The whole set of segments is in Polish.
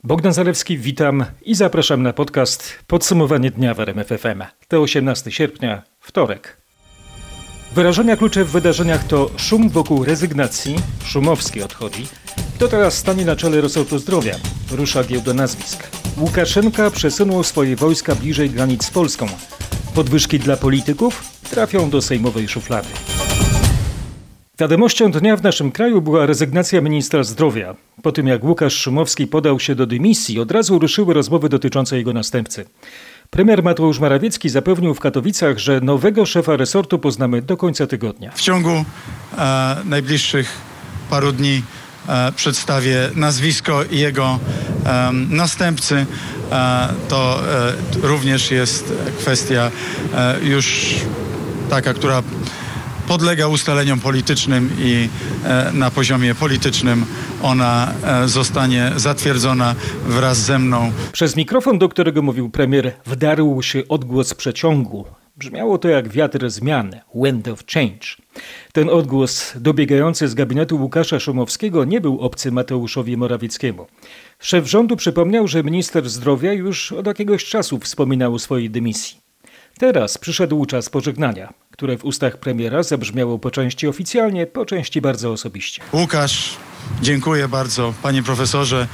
Bogdan Zalewski, witam i zapraszam na podcast Podsumowanie dnia w RMF FM. To 18 sierpnia, wtorek. Wyrażenia klucze w wydarzeniach to szum wokół rezygnacji, Szumowski odchodzi. Kto teraz stanie na czele resortu zdrowia? Rusza giełda nazwisk. Łukaszenka przesunął swoje wojska bliżej granic z Polską. Podwyżki dla polityków trafią do sejmowej szuflady. Wiadomością dnia w naszym kraju była rezygnacja ministra zdrowia. Po tym jak Łukasz Szumowski podał się do dymisji, od razu ruszyły rozmowy dotyczące jego następcy. Premier Mateusz Morawiecki zapewnił w Katowicach, że nowego szefa resortu poznamy do końca tygodnia. W ciągu najbliższych paru dni przedstawię nazwisko jego następcy. To również jest kwestia już taka, która podlega ustaleniom politycznym i na poziomie politycznym ona zostanie zatwierdzona wraz ze mną. Przez mikrofon, do którego mówił premier, wdarł się odgłos przeciągu. Brzmiało to jak wiatr zmian, wind of change. Ten odgłos dobiegający z gabinetu Łukasza Szumowskiego nie był obcy Mateuszowi Morawieckiemu. Szef rządu przypomniał, że minister zdrowia już od jakiegoś czasu wspominał o swojej dymisji. Teraz przyszedł czas pożegnania, które w ustach premiera zabrzmiało po części oficjalnie, po części bardzo osobiście. Łukasz, dziękuję bardzo, panie profesorze.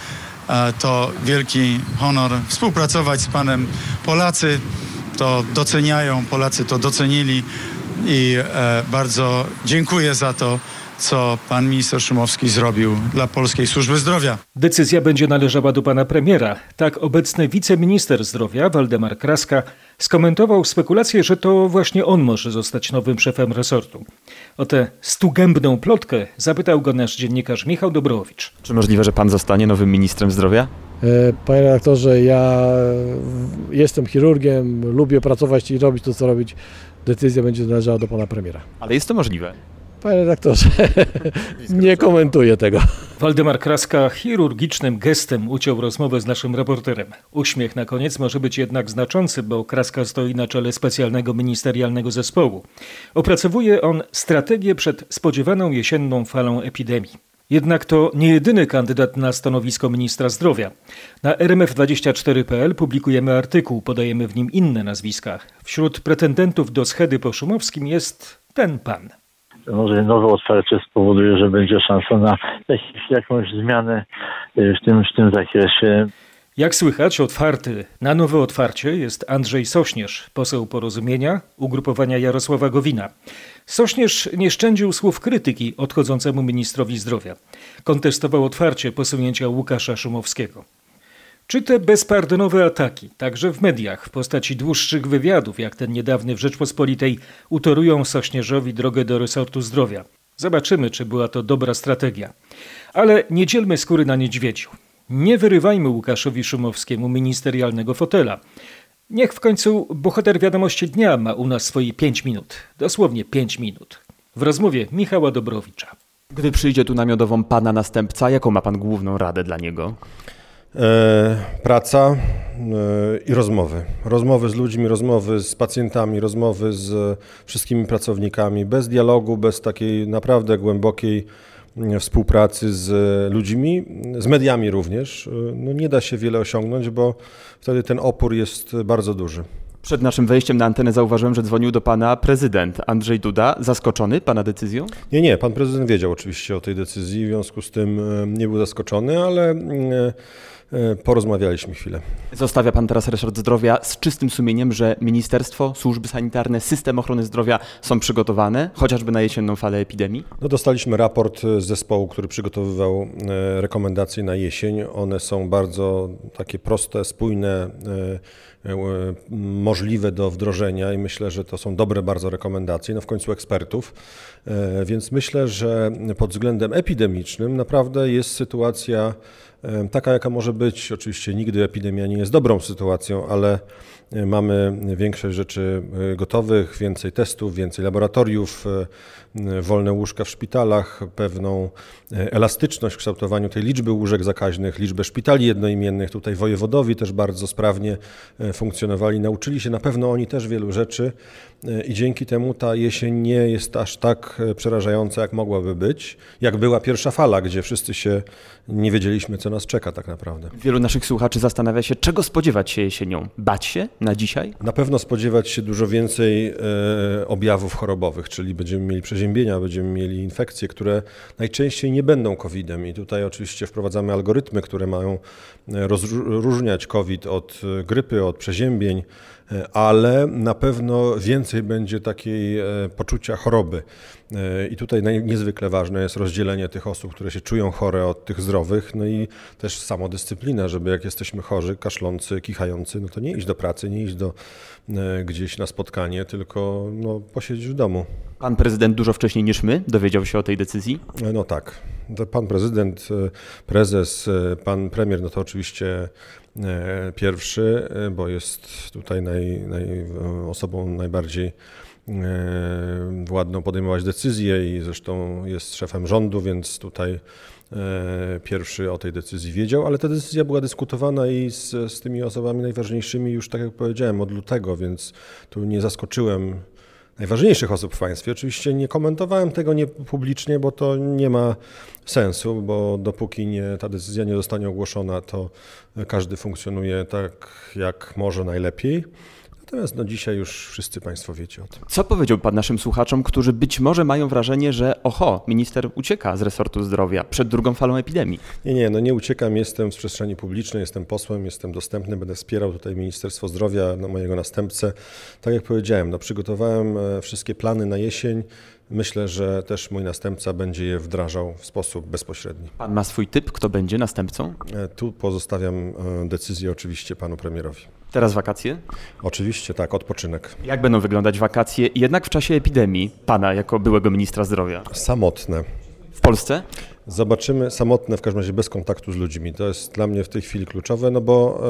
To wielki honor współpracować z panem. Polacy to doceniają, Polacy to docenili i bardzo dziękuję za to, co pan minister Szumowski zrobił dla polskiej służby zdrowia. Decyzja będzie należała do pana premiera. Tak obecny wiceminister zdrowia Waldemar Kraska skomentował spekulację, że to właśnie on może zostać nowym szefem resortu. O tę stugębną plotkę zapytał go nasz dziennikarz Michał Dobrowicz. Czy możliwe, że pan zostanie nowym ministrem zdrowia? Panie redaktorze, ja jestem chirurgiem, lubię pracować i robić to, co robić. Decyzja będzie należała do pana premiera. Ale jest to możliwe. Panie redaktorze, nie komentuję tego. Waldemar Kraska chirurgicznym gestem uciął rozmowę z naszym reporterem. Uśmiech na koniec może być jednak znaczący, bo Kraska stoi na czele specjalnego ministerialnego zespołu. Opracowuje on strategię przed spodziewaną jesienną falą epidemii. Jednak to nie jedyny kandydat na stanowisko ministra zdrowia. Na rmf24.pl publikujemy artykuł, podajemy w nim inne nazwiska. Wśród pretendentów do schedy po Szumowskim jest ten pan. Może nowe otwarcie spowoduje, że będzie szansa na jakąś zmianę w tym zakresie. Jak słychać, otwarty na nowe otwarcie jest Andrzej Sośnierz, poseł Porozumienia, ugrupowania Jarosława Gowina. Sośnierz nie szczędził słów krytyki odchodzącemu ministrowi zdrowia. Kontestował otwarcie posunięcia Łukasza Szumowskiego. Czy te bezpardonowe ataki, także w mediach, w postaci dłuższych wywiadów, jak ten niedawny w Rzeczpospolitej, utorują Sośnierzowi drogę do resortu zdrowia? Zobaczymy, czy była to dobra strategia. Ale nie dzielmy skóry na niedźwiedziu. Nie wyrywajmy Łukaszowi Szumowskiemu ministerialnego fotela. Niech w końcu bohater Wiadomości Dnia ma u nas swoje 5 minut. Dosłownie 5 minut. W rozmowie Michała Dobrowicza. Gdy przyjdzie tu na miodową pana następca, jaką ma pan główną radę dla niego? Praca i rozmowy. Rozmowy z ludźmi, rozmowy z pacjentami, rozmowy z wszystkimi pracownikami. Bez dialogu, bez takiej naprawdę głębokiej współpracy z ludźmi, z mediami również, nie da się wiele osiągnąć, bo wtedy ten opór jest bardzo duży. Przed naszym wejściem na antenę zauważyłem, że dzwonił do pana prezydent Andrzej Duda. Zaskoczony pana decyzją? Nie, pan prezydent wiedział oczywiście o tej decyzji, w związku z tym nie był zaskoczony, ale porozmawialiśmy chwilę. Zostawia pan teraz resort zdrowia z czystym sumieniem, że ministerstwo, służby sanitarne, system ochrony zdrowia są przygotowane, chociażby na jesienną falę epidemii? Dostaliśmy raport z zespołu, który przygotowywał rekomendacje na jesień. One są bardzo takie proste, spójne, możliwe do wdrożenia i myślę, że to są dobre bardzo rekomendacje, w końcu ekspertów. Więc myślę, że pod względem epidemicznym naprawdę jest sytuacja taka, jaka może być. Oczywiście nigdy epidemia nie jest dobrą sytuacją, ale mamy większość rzeczy gotowych, więcej testów, więcej laboratoriów, wolne łóżka w szpitalach, pewną elastyczność w kształtowaniu tej liczby łóżek zakaźnych, liczbę szpitali jednoimiennych. Tutaj wojewodowie też bardzo sprawnie funkcjonowali, nauczyli się na pewno oni też wielu rzeczy i dzięki temu ta jesień nie jest aż tak przerażająca, jak mogłaby być, jak była pierwsza fala, gdzie wszyscy się nie wiedzieliśmy, co nas czeka tak naprawdę. Wielu naszych słuchaczy zastanawia się, czego spodziewać się jesienią. Bać się na dzisiaj? Na pewno spodziewać się dużo więcej objawów chorobowych, czyli będziemy mieli przeziębienia, będziemy mieli infekcje, które najczęściej nie będą COVID-em i tutaj oczywiście wprowadzamy algorytmy, które mają rozróżniać COVID od grypy, od przeziębień, ale na pewno więcej będzie takiej poczucia choroby. I tutaj niezwykle ważne jest rozdzielenie tych osób, które się czują chore, od tych zdrowych, no i też samodyscyplina, żeby jak jesteśmy chorzy, kaszlący, kichający, no to nie iść do pracy, nie iść gdzieś na spotkanie, tylko posiedzieć w domu. Pan prezydent dużo wcześniej niż my dowiedział się o tej decyzji? No tak. Pan prezydent, prezes, pan premier, no to oczywiście pierwszy, bo jest tutaj osobą najbardziej władną podejmować decyzje i zresztą jest szefem rządu, więc tutaj pierwszy o tej decyzji wiedział, ale ta decyzja była dyskutowana i z tymi osobami najważniejszymi już, tak jak powiedziałem, od lutego, więc tu nie zaskoczyłem najważniejszych osób w państwie. Oczywiście nie komentowałem tego publicznie, bo to nie ma sensu, bo dopóki ta decyzja nie zostanie ogłoszona, to każdy funkcjonuje tak, jak może najlepiej. Natomiast dzisiaj już wszyscy państwo wiecie o tym. Co powiedział pan naszym słuchaczom, którzy być może mają wrażenie, że minister ucieka z resortu zdrowia przed drugą falą epidemii? Nie uciekam, jestem w przestrzeni publicznej, jestem posłem, jestem dostępny, będę wspierał tutaj Ministerstwo Zdrowia, mojego następcę. Tak jak powiedziałem, przygotowałem wszystkie plany na jesień. Myślę, że też mój następca będzie je wdrażał w sposób bezpośredni. Pan ma swój typ, kto będzie następcą? Tu pozostawiam decyzję oczywiście panu premierowi. Teraz wakacje? Oczywiście tak, odpoczynek. Jak będą wyglądać wakacje jednak w czasie epidemii pana jako byłego ministra zdrowia? Samotne. W Polsce? Zobaczymy, samotne w każdym razie bez kontaktu z ludźmi. To jest dla mnie w tej chwili kluczowe, bo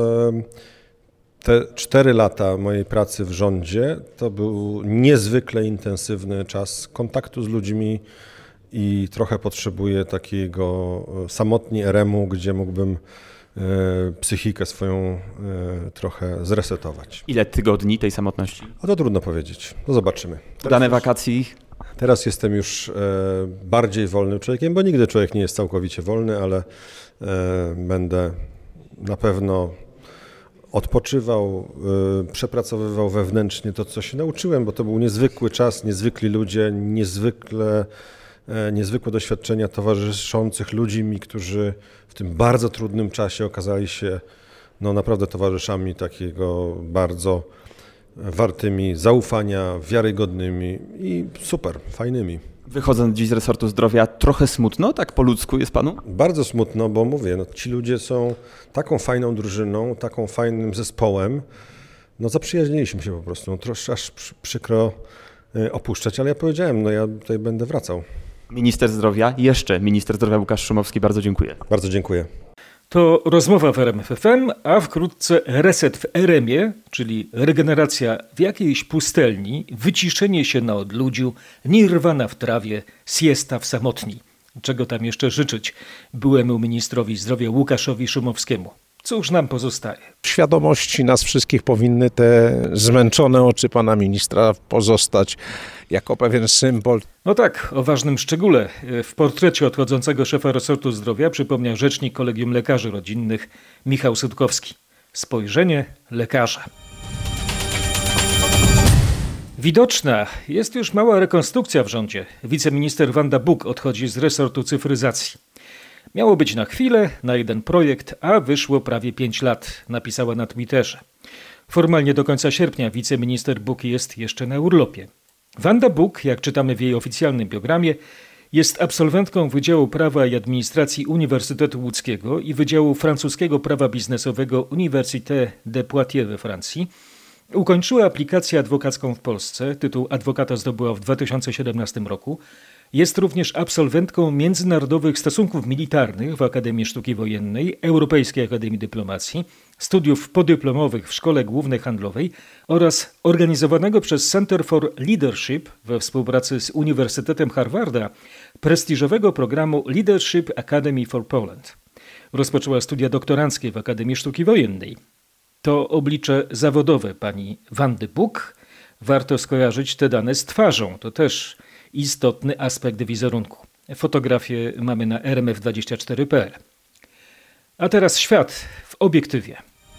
te 4 lata mojej pracy w rządzie to był niezwykle intensywny czas kontaktu z ludźmi i trochę potrzebuję takiego samotnie RM-u, gdzie mógłbym psychikę swoją trochę zresetować. Ile tygodni tej samotności? To trudno powiedzieć. Zobaczymy. Udane wakacje? Teraz jestem już bardziej wolnym człowiekiem, bo nigdy człowiek nie jest całkowicie wolny, ale będę na pewno odpoczywał, przepracowywał wewnętrznie to, co się nauczyłem, bo to był niezwykły czas, niezwykli ludzie, niezwykłe doświadczenia towarzyszących ludźmi, którzy w tym bardzo trudnym czasie okazali się naprawdę towarzyszami takiego bardzo wartymi zaufania, wiarygodnymi i super, fajnymi. Wychodząc dziś z resortu zdrowia, trochę smutno, tak po ludzku jest panu? Bardzo smutno, bo mówię, ci ludzie są taką fajną drużyną, taką fajnym zespołem. Zaprzyjaźniliśmy się po prostu. Troszkę aż przykro opuszczać, ale ja powiedziałem, ja tutaj będę wracał. Minister zdrowia Łukasz Szumowski, bardzo dziękuję. Bardzo dziękuję. To rozmowa w RMF FM, a wkrótce reset w RM-ie, czyli regeneracja w jakiejś pustelni, wyciszenie się na odludziu, nirwana w trawie, siesta w samotni. Czego tam jeszcze życzyć byłemu ministrowi zdrowia Łukaszowi Szumowskiemu? Cóż nam pozostaje? W świadomości nas wszystkich powinny te zmęczone oczy pana ministra pozostać jako pewien symbol. No tak, o ważnym szczególe. W portrecie odchodzącego szefa resortu zdrowia przypomniał rzecznik Kolegium Lekarzy Rodzinnych Michał Sutkowski. Spojrzenie lekarza. Widoczna jest już mała rekonstrukcja w rządzie. Wiceminister Wanda Buk odchodzi z resortu cyfryzacji. Miało być na chwilę, na jeden projekt, a wyszło prawie 5 lat, napisała na Twitterze. Formalnie do końca sierpnia wiceminister Buk jest jeszcze na urlopie. Wanda Buk, jak czytamy w jej oficjalnym biogramie, jest absolwentką Wydziału Prawa i Administracji Uniwersytetu Łódzkiego i Wydziału Francuskiego Prawa Biznesowego Université de Poitiers we Francji. Ukończyła aplikację adwokacką w Polsce, tytuł adwokata zdobyła w 2017 roku. Jest również absolwentką międzynarodowych stosunków militarnych w Akademii Sztuki Wojennej, Europejskiej Akademii Dyplomacji, studiów podyplomowych w Szkole Głównej Handlowej oraz organizowanego przez Center for Leadership we współpracy z Uniwersytetem Harvarda prestiżowego programu Leadership Academy for Poland. Rozpoczęła studia doktoranckie w Akademii Sztuki Wojennej. To oblicze zawodowe pani Wandy Buk. Warto skojarzyć te dane z twarzą. To też istotny aspekt wizerunku. Fotografię mamy na rmf24.pl. A teraz świat w obiektywie.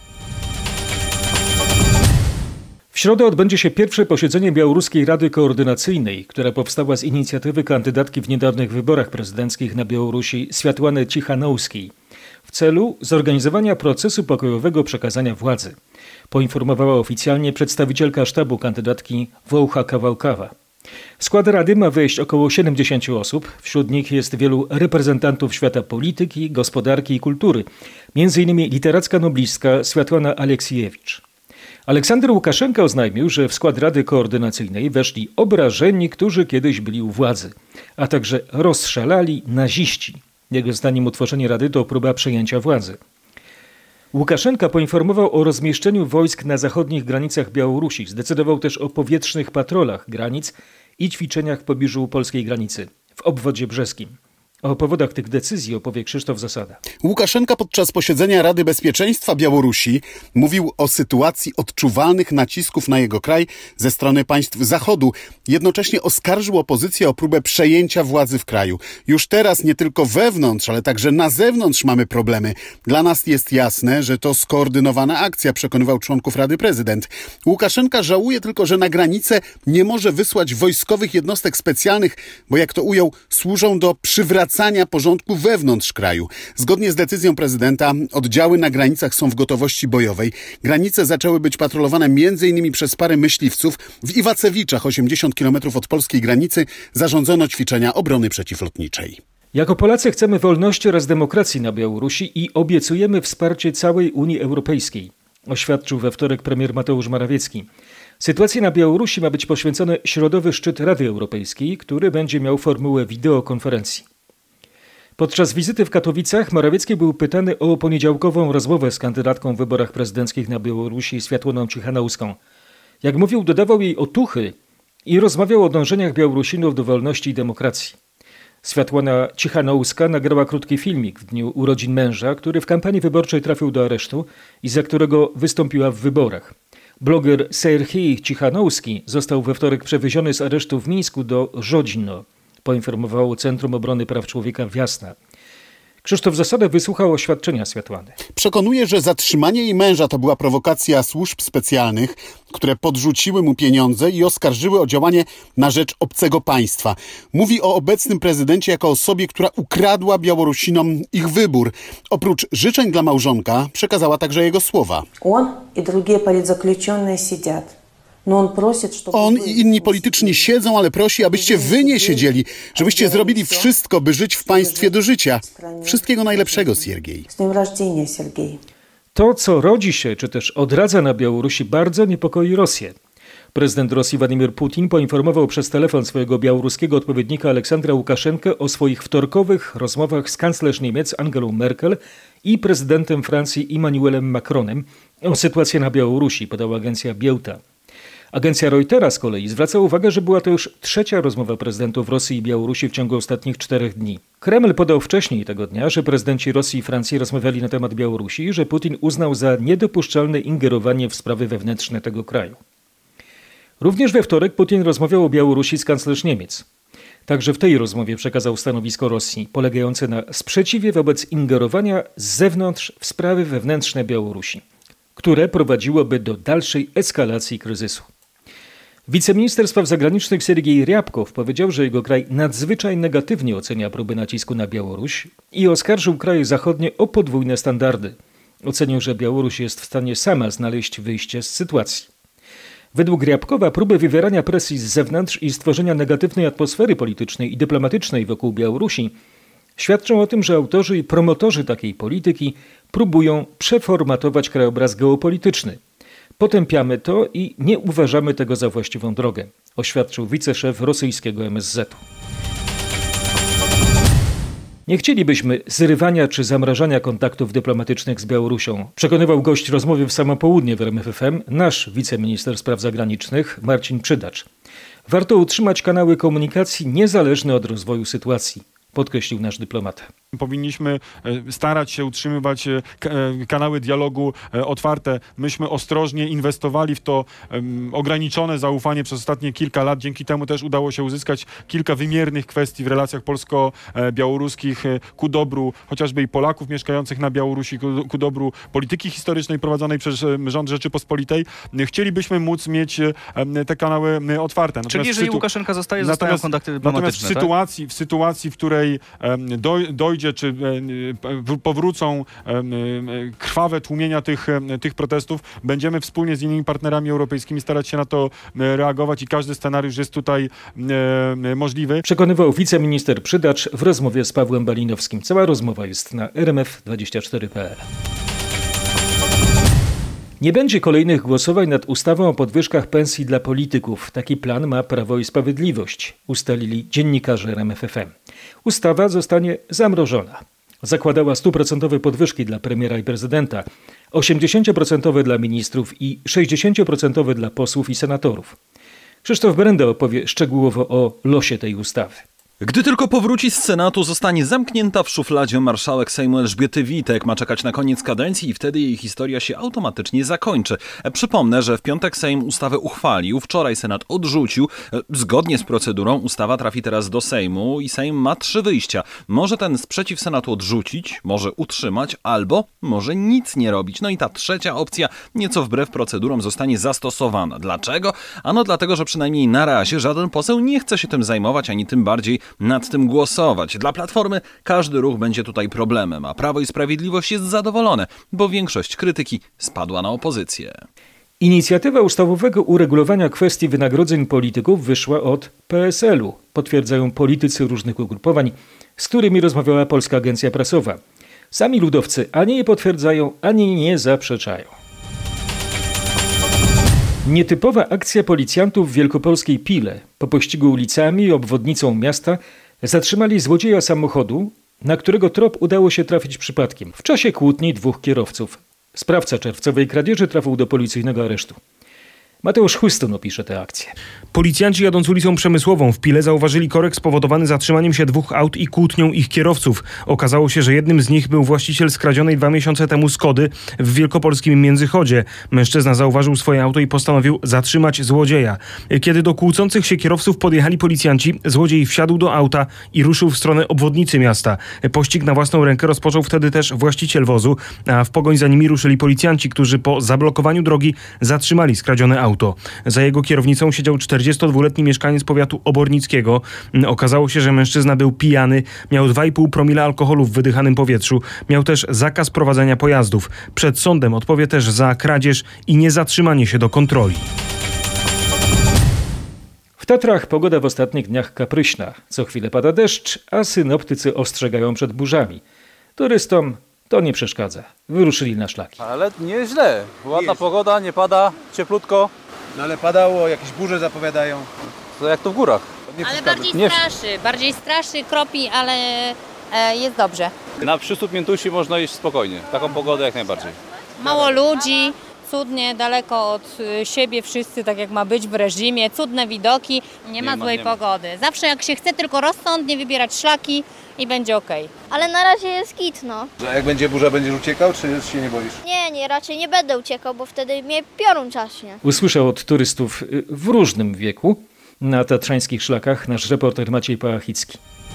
W środę odbędzie się pierwsze posiedzenie Białoruskiej Rady Koordynacyjnej, która powstała z inicjatywy kandydatki w niedawnych wyborach prezydenckich na Białorusi Światłany Cichanouskiej w celu zorganizowania procesu pokojowego przekazania władzy, poinformowała oficjalnie przedstawicielka sztabu kandydatki Wołcha Kawałkawa. W skład Rady ma wejść około 70 osób, wśród nich jest wielu reprezentantów świata polityki, gospodarki i kultury, m.in. literacka noblistka Światłana Aleksiejewicz. Aleksander Łukaszenka oznajmił, że w skład Rady Koordynacyjnej weszli obrażeni, którzy kiedyś byli u władzy, a także rozszalali naziści. Jego zdaniem utworzenie Rady to próba przejęcia władzy. Łukaszenka poinformował o rozmieszczeniu wojsk na zachodnich granicach Białorusi. Zdecydował też o powietrznych patrolach granic i ćwiczeniach w pobliżu polskiej granicy, w obwodzie brzeskim. O powodach tych decyzji opowie Krzysztof Zasada. Łukaszenka podczas posiedzenia Rady Bezpieczeństwa Białorusi mówił o sytuacji odczuwalnych nacisków na jego kraj ze strony państw Zachodu. Jednocześnie oskarżył opozycję o próbę przejęcia władzy w kraju. Już teraz nie tylko wewnątrz, ale także na zewnątrz mamy problemy. Dla nas jest jasne, że to skoordynowana akcja, przekonywał członków Rady prezydent. Łukaszenka żałuje tylko, że na granicę nie może wysłać wojskowych jednostek specjalnych, bo jak to ujął, służą do przywracania porządku wewnątrz kraju. Zgodnie z decyzją prezydenta oddziały na granicach są w gotowości bojowej. Granice zaczęły być patrolowane m.in. przez parę myśliwców. W Iwacewiczach, 80 km od polskiej granicy, zarządzono ćwiczenia obrony przeciwlotniczej. Jako Polacy chcemy wolności oraz demokracji na Białorusi i obiecujemy wsparcie całej Unii Europejskiej, oświadczył we wtorek premier Mateusz Morawiecki. Sytuacji na Białorusi ma być poświęcony środowy szczyt Rady Europejskiej, który będzie miał formułę wideokonferencji. Podczas wizyty w Katowicach Morawiecki był pytany o poniedziałkową rozmowę z kandydatką w wyborach prezydenckich na Białorusi Światłaną Cichanouską. Jak mówił, dodawał jej otuchy i rozmawiał o dążeniach Białorusinów do wolności i demokracji. Światłana Cichanouska nagrała krótki filmik w dniu urodzin męża, który w kampanii wyborczej trafił do aresztu i za którego wystąpiła w wyborach. Bloger Serhiej Cichanouski został we wtorek przewieziony z aresztu w Mińsku do Żodzino, poinformowało Centrum Obrony Praw Człowieka Wiasna. Krzysztof Zasada wysłuchał oświadczenia Światłany. Przekonuje, że zatrzymanie jej męża to była prowokacja służb specjalnych, które podrzuciły mu pieniądze i oskarżyły o działanie na rzecz obcego państwa. Mówi o obecnym prezydencie jako osobie, która ukradła Białorusinom ich wybór. Oprócz życzeń dla małżonka przekazała także jego słowa. On i drugie politzakljuczone siedzą. On i inni polityczni siedzą, ale prosi, abyście wy nie siedzieli, żebyście zrobili wszystko, by żyć w państwie do życia. Wszystkiego najlepszego, Siergiej. Z dniem rodzenia, Siergiej. To, co rodzi się, czy też odradza na Białorusi, bardzo niepokoi Rosję. Prezydent Rosji Władimir Putin poinformował przez telefon swojego białoruskiego odpowiednika Aleksandra Łukaszenkę o swoich wtorkowych rozmowach z kanclerz Niemiec Angelą Merkel i prezydentem Francji Emmanuelem Macronem o sytuacji na Białorusi, podała agencja Bielta. Agencja Reutera z kolei zwraca uwagę, że była to już trzecia rozmowa prezydentów Rosji i Białorusi w ciągu ostatnich 4 dni. Kreml podał wcześniej tego dnia, że prezydenci Rosji i Francji rozmawiali na temat Białorusi i że Putin uznał za niedopuszczalne ingerowanie w sprawy wewnętrzne tego kraju. Również we wtorek Putin rozmawiał o Białorusi z kanclerz Niemiec. Także w tej rozmowie przekazał stanowisko Rosji, polegające na sprzeciwie wobec ingerowania z zewnątrz w sprawy wewnętrzne Białorusi, które prowadziłoby do dalszej eskalacji kryzysu. Wiceminister spraw zagranicznych Sergiej Ryabkow powiedział, że jego kraj nadzwyczaj negatywnie ocenia próby nacisku na Białoruś i oskarżył kraje zachodnie o podwójne standardy. Ocenił, że Białoruś jest w stanie sama znaleźć wyjście z sytuacji. Według Ryabkowa próby wywierania presji z zewnątrz i stworzenia negatywnej atmosfery politycznej i dyplomatycznej wokół Białorusi świadczą o tym, że autorzy i promotorzy takiej polityki próbują przeformatować krajobraz geopolityczny. Potępiamy to i nie uważamy tego za właściwą drogę, oświadczył wiceszef rosyjskiego MSZ-u. Nie chcielibyśmy zrywania czy zamrażania kontaktów dyplomatycznych z Białorusią, przekonywał gość rozmowy w samo południe w RMF FM nasz wiceminister spraw zagranicznych Marcin Przydacz. Warto utrzymać kanały komunikacji niezależne od rozwoju sytuacji, podkreślił nasz dyplomata. Powinniśmy starać się utrzymywać kanały dialogu otwarte. Myśmy ostrożnie inwestowali w to ograniczone zaufanie przez ostatnie kilka lat. Dzięki temu też udało się uzyskać kilka wymiernych kwestii w relacjach polsko-białoruskich ku dobru chociażby i Polaków mieszkających na Białorusi, ku dobru polityki historycznej prowadzonej przez rząd Rzeczypospolitej. Chcielibyśmy móc mieć te kanały otwarte. Czyli jeżeli Łukaszenka zostają kontakty dyplomatyczne, natomiast w sytuacji, w której dojdzie czy powrócą krwawe tłumienia tych protestów, będziemy wspólnie z innymi partnerami europejskimi starać się na to reagować i każdy scenariusz jest tutaj możliwy. Przekonywał wiceminister Przydacz w rozmowie z Pawłem Balinowskim. Cała rozmowa jest na rmf24.pl. Nie będzie kolejnych głosowań nad ustawą o podwyżkach pensji dla polityków. Taki plan ma Prawo i Sprawiedliwość, ustalili dziennikarze RMF FM. Ustawa zostanie zamrożona. Zakładała 100% podwyżki dla premiera i prezydenta, 80% dla ministrów i 60% dla posłów i senatorów. Krzysztof Brenda opowie szczegółowo o losie tej ustawy. Gdy tylko powróci z Senatu, zostanie zamknięta w szufladzie marszałek Sejmu Elżbiety Witek. Ma czekać na koniec kadencji i wtedy jej historia się automatycznie zakończy. Przypomnę, że w piątek Sejm ustawę uchwalił, wczoraj Senat odrzucił. Zgodnie z procedurą ustawa trafi teraz do Sejmu i Sejm ma 3 wyjścia. Może ten sprzeciw Senatu odrzucić, może utrzymać, albo może nic nie robić. No i ta trzecia opcja, nieco wbrew procedurom, zostanie zastosowana. Dlaczego? Ano dlatego, że przynajmniej na razie żaden poseł nie chce się tym zajmować, ani tym bardziej nad tym głosować. Dla Platformy każdy ruch będzie tutaj problemem, a Prawo i Sprawiedliwość jest zadowolone, bo większość krytyki spadła na opozycję. Inicjatywa ustawowego uregulowania kwestii wynagrodzeń polityków wyszła od PSL-u, potwierdzają politycy różnych ugrupowań, z którymi rozmawiała Polska Agencja Prasowa. Sami ludowcy ani nie potwierdzają, ani nie zaprzeczają. Nietypowa akcja policjantów w wielkopolskiej Pile. Po pościgu ulicami i obwodnicą miasta zatrzymali złodzieja samochodu, na którego trop udało się trafić przypadkiem. W czasie kłótni 2 kierowców. Sprawca czerwcowej kradzieży trafił do policyjnego aresztu. Mateusz Chłyston opisze tę akcję. Policjanci jadąc ulicą Przemysłową w Pile zauważyli korek spowodowany zatrzymaniem się 2 aut i kłótnią ich kierowców. Okazało się, że jednym z nich był właściciel skradzionej 2 miesiące temu Skody w wielkopolskim Międzychodzie. Mężczyzna zauważył swoje auto i postanowił zatrzymać złodzieja. Kiedy do kłócących się kierowców podjechali policjanci, złodziej wsiadł do auta i ruszył w stronę obwodnicy miasta. Pościg na własną rękę rozpoczął wtedy też właściciel wozu, a w pogoń za nimi ruszyli policjanci, którzy po zablokowaniu drogi zatrzymali skradzione auto. Za jego kierownicą siedział 42-letni mieszkaniec powiatu obornickiego. Okazało się, że mężczyzna był pijany, miał 2,5 promila alkoholu w wydychanym powietrzu, miał też zakaz prowadzenia pojazdów. Przed sądem odpowie też za kradzież i niezatrzymanie się do kontroli. W Tatrach pogoda w ostatnich dniach kapryśna. Co chwilę pada deszcz, a synoptycy ostrzegają przed burzami. Turystom to nie przeszkadza. Wyruszyli na szlaki. Ale nieźle. Ładna pogoda, nie pada, cieplutko. No ale padało, jakieś burze zapowiadają. To jak to w górach. Ale bardziej straszy, kropi, ale jest dobrze. Na przystód Miętusi można iść spokojnie. Taką pogodę jak najbardziej. Mało ludzi, cudnie, daleko od siebie wszyscy, tak jak ma być w reżimie, cudne widoki, nie ma złej pogody. Zawsze jak się chce tylko rozsądnie wybierać szlaki i będzie okej. Ale na razie jest git, no. A jak będzie burza, będziesz uciekał, czy się nie boisz? Nie, raczej nie będę uciekał, bo wtedy mnie piorun czaśnie. Usłyszał od turystów w różnym wieku na tatrzańskich szlakach nasz reporter Maciej Pałachicki.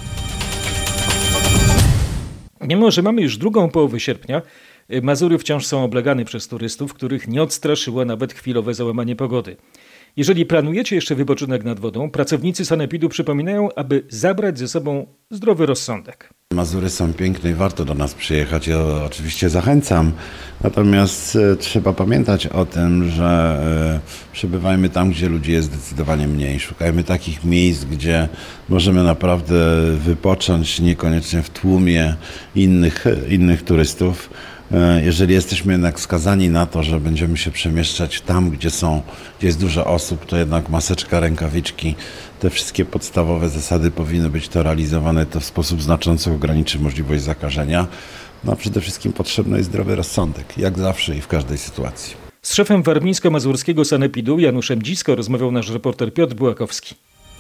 Mimo że mamy już drugą połowę sierpnia, Mazury wciąż są oblegane przez turystów, których nie odstraszyło nawet chwilowe załamanie pogody. Jeżeli planujecie jeszcze wypoczynek nad wodą, pracownicy sanepidu przypominają, aby zabrać ze sobą zdrowy rozsądek. Mazury są piękne i warto do nas przyjechać. Ja oczywiście zachęcam. Natomiast trzeba pamiętać o tym, że przebywajmy tam, gdzie ludzi jest zdecydowanie mniej. Szukajmy takich miejsc, gdzie możemy naprawdę wypocząć, niekoniecznie w tłumie innych turystów. Jeżeli jesteśmy jednak skazani na to, że będziemy się przemieszczać tam, gdzie jest dużo osób, to jednak maseczka, rękawiczki, te wszystkie podstawowe zasady powinny być to realizowane. To w sposób znacząco ograniczy możliwość zakażenia. No a przede wszystkim potrzebny jest zdrowy rozsądek, jak zawsze i w każdej sytuacji. Z szefem warmińsko-mazurskiego sanepidu Januszem Dzisko rozmawiał nasz reporter Piotr Bułakowski.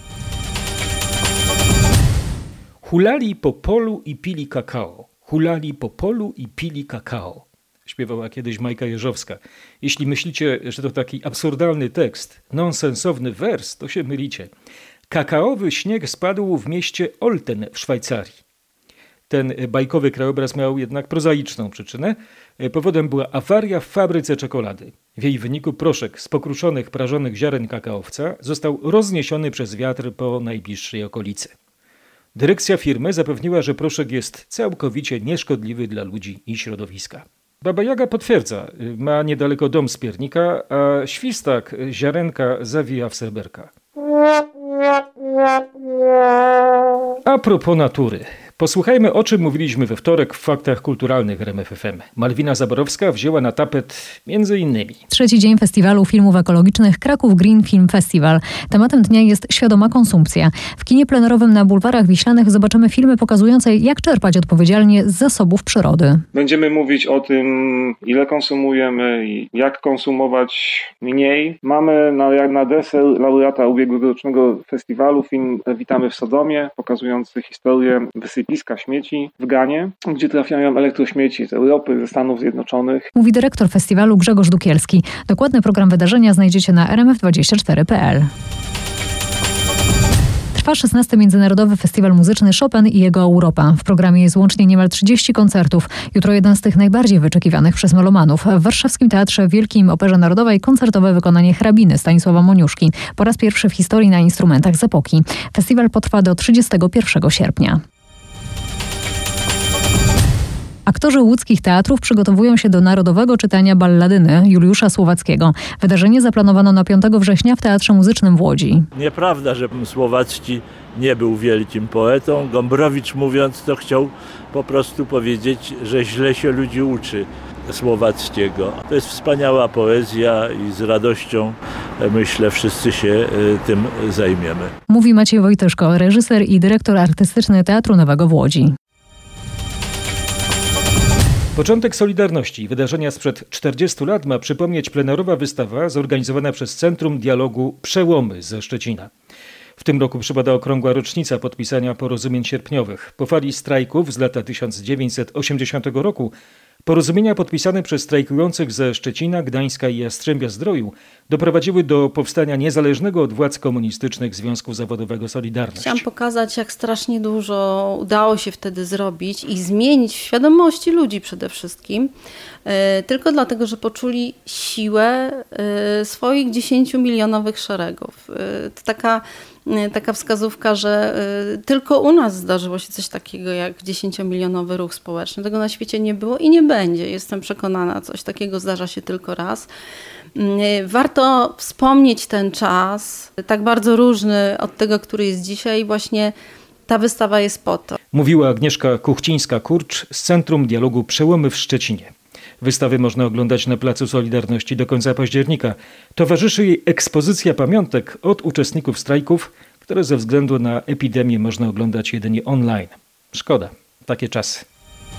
Hulali po polu i pili kakao. Hulali po polu i pili kakao. Śpiewała kiedyś Majka Jeżowska. Jeśli myślicie, że to taki absurdalny tekst, nonsensowny wers, to się mylicie. Kakaowy śnieg spadł w mieście Olten w Szwajcarii. Ten bajkowy krajobraz miał jednak prozaiczną przyczynę. Powodem była awaria w fabryce czekolady. W jej wyniku proszek z pokruszonych, prażonych ziaren kakaowca został rozniesiony przez wiatr po najbliższej okolicy. Dyrekcja firmy zapewniła, że proszek jest całkowicie nieszkodliwy dla ludzi i środowiska. Baba Jaga potwierdza, ma niedaleko dom z piernika, a świstak ziarenka zawija w sreberka. A propos natury. Posłuchajmy, o czym mówiliśmy we wtorek w Faktach Kulturalnych RMF FM. Malwina Zaborowska wzięła na tapet m.in. Trzeci dzień festiwalu filmów ekologicznych Kraków Green Film Festival. Tematem dnia jest świadoma konsumpcja. W kinie plenerowym na Bulwarach Wiślanych zobaczymy filmy pokazujące, jak czerpać odpowiedzialnie z zasobów przyrody. Będziemy mówić o tym, ile konsumujemy i jak konsumować mniej. Mamy na deser laureata ubiegłorocznego festiwalu film Witamy w Sodomie, pokazujący historię wysypiska śmieci w Ganie, gdzie trafiają elektrośmieci z Europy, ze Stanów Zjednoczonych. Mówi dyrektor festiwalu Grzegorz Dukielski. Dokładny program wydarzenia znajdziecie na rmf24.pl. Trwa 16. Międzynarodowy Festiwal Muzyczny Chopin i jego Europa. W programie jest łącznie niemal 30 koncertów. Jutro jeden z tych najbardziej wyczekiwanych przez melomanów. W Warszawskim Teatrze Wielkim Operze Narodowej koncertowe wykonanie Hrabiny Stanisława Moniuszki. Po raz pierwszy w historii na instrumentach z epoki. Festiwal potrwa do 31 sierpnia. Aktorzy łódzkich teatrów przygotowują się do narodowego czytania balladyny Juliusza Słowackiego. Wydarzenie zaplanowano na 5 września w Teatrze Muzycznym w Łodzi. Nieprawda, że Słowacki nie był wielkim poetą. Gombrowicz, mówiąc to, chciał po prostu powiedzieć, że źle się ludzi uczy Słowackiego. To jest wspaniała poezja i z radością, myślę, wszyscy się tym zajmiemy. Mówi Maciej Wojtyszko, reżyser i dyrektor artystyczny Teatru Nowego w Łodzi. Początek Solidarności, wydarzenia sprzed 40 lat, ma przypomnieć plenerowa wystawa zorganizowana przez Centrum Dialogu Przełomy ze Szczecina. W tym roku przypada okrągła rocznica podpisania porozumień sierpniowych. Po fali strajków z lata 1980 roku porozumienia podpisane przez strajkujących ze Szczecina, Gdańska i Jastrzębia-Zdroju doprowadziły do powstania niezależnego od władz komunistycznych Związku Zawodowego Solidarność. Chciałam pokazać, jak strasznie dużo udało się wtedy zrobić i zmienić w świadomości ludzi przede wszystkim, tylko dlatego, że poczuli siłę swoich 10-milionowych szeregów. To taka wskazówka, że tylko u nas zdarzyło się coś takiego jak 10-milionowy ruch społeczny. Tego na świecie nie było i nie będzie. Jestem przekonana, coś takiego zdarza się tylko raz. Warto wspomnieć ten czas, tak bardzo różny od tego, który jest dzisiaj. Właśnie ta wystawa jest po to. Mówiła Agnieszka Kuchcińska-Kurcz z Centrum Dialogu Przełomy w Szczecinie. Wystawy można oglądać na Placu Solidarności do końca października. Towarzyszy jej ekspozycja pamiątek od uczestników strajków, które ze względu na epidemię można oglądać jedynie online. Szkoda, takie czasy.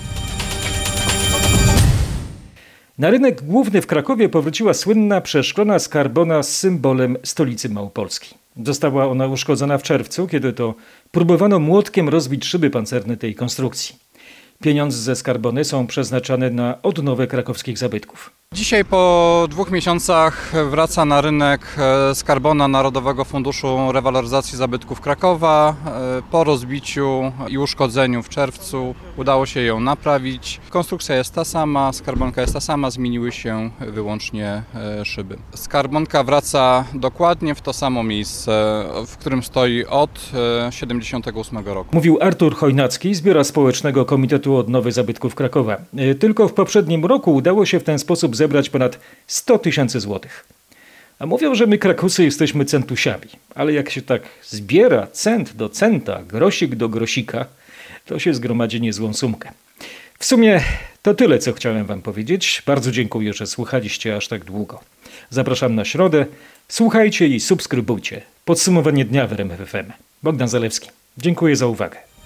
Na rynek główny w Krakowie powróciła słynna przeszklona skarbona z symbolem stolicy Małopolski. Została ona uszkodzona w czerwcu, kiedy to próbowano młotkiem rozbić szyby pancerne tej konstrukcji. Pieniądze ze skarbony są przeznaczane na odnowę krakowskich zabytków. Dzisiaj po 2 miesiącach wraca na rynek skarbona Narodowego Funduszu Rewaloryzacji Zabytków Krakowa. Po rozbiciu i uszkodzeniu w czerwcu udało się ją naprawić. Konstrukcja jest ta sama, skarbonka jest ta sama, zmieniły się wyłącznie szyby. Skarbonka wraca dokładnie w to samo miejsce, w którym stoi od 1978 roku. Mówił Artur Chojnacki z Biura Społecznego Komitetu Odnowy Zabytków Krakowa. Tylko w poprzednim roku udało się w ten sposób zebrać ponad 100 000 złotych. A mówią, że my Krakusy jesteśmy centusiami, ale jak się tak zbiera cent do centa, grosik do grosika, to się zgromadzi niezłą sumkę. W sumie To tyle, co chciałem wam powiedzieć. Bardzo dziękuję, że słuchaliście aż tak długo. Zapraszam na środę. Słuchajcie i subskrybujcie. Podsumowanie dnia w RMF FM. Bogdan Zalewski. Dziękuję za uwagę.